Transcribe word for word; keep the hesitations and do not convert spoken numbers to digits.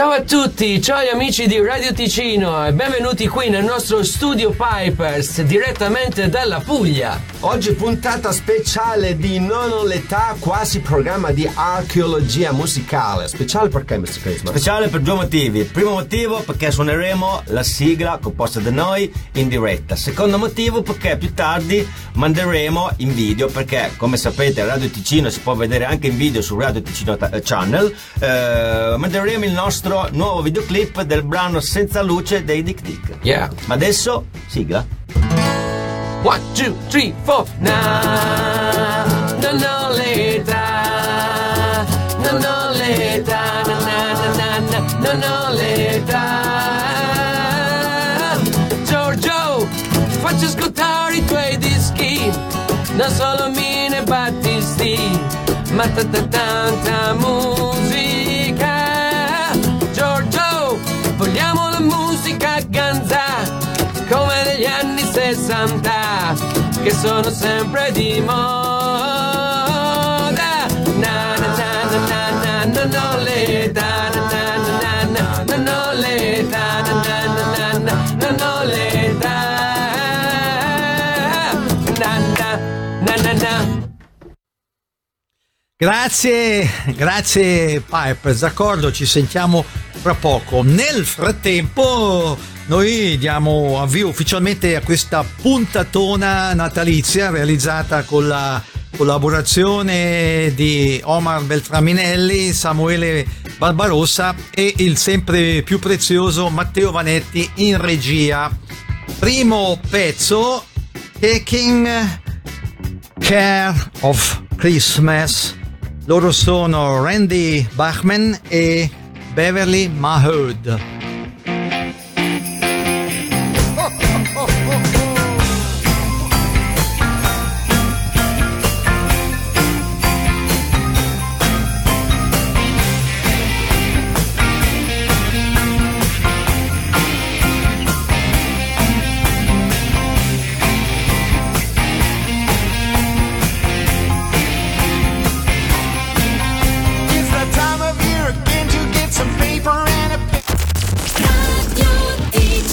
Ciao a tutti, ciao gli amici di Radio Ticino e benvenuti qui nel nostro studio Pipers direttamente dalla Puglia. Oggi puntata speciale di Non ho l'età, quasi programma di archeologia musicale. Speciale perché, mister Christmas? Speciale per due motivi. Il primo motivo perché suoneremo la sigla composta da noi in diretta. Secondo motivo perché più tardi manderemo in video, perché come sapete Radio Ticino si può vedere anche in video su Radio Ticino Channel. Eh, manderemo il nostro nuovo videoclip del brano Senza luce dei Dick Dick. Yeah. Ma adesso sigla. One, two, three, four. Na, non ho l'età, non ho l'età, na, na, na, na, na, non ho l'età. Giorgio, faccio ascoltare i tuoi dischi, non solo mine battisti, ma tanta tanta musica. Giorgio, vogliamo la musica ganza come negli anni sessanta, che sono sempre di moda. Na na na na na na, non ho l'età, na na na na, non ho l'età, na na na na, non ho l'età, na na na na na. Grazie, grazie Pipers, d'accordo, ci sentiamo fra poco. Nel frattempo noi diamo avvio ufficialmente a questa puntatona natalizia realizzata con la collaborazione di Omar Beltraminelli, Samuele Barbarossa e il sempre più prezioso Matteo Vanetti in regia. Primo pezzo, Taking Care of Christmas. Loro sono Randy Bachman e Beverly Mahood.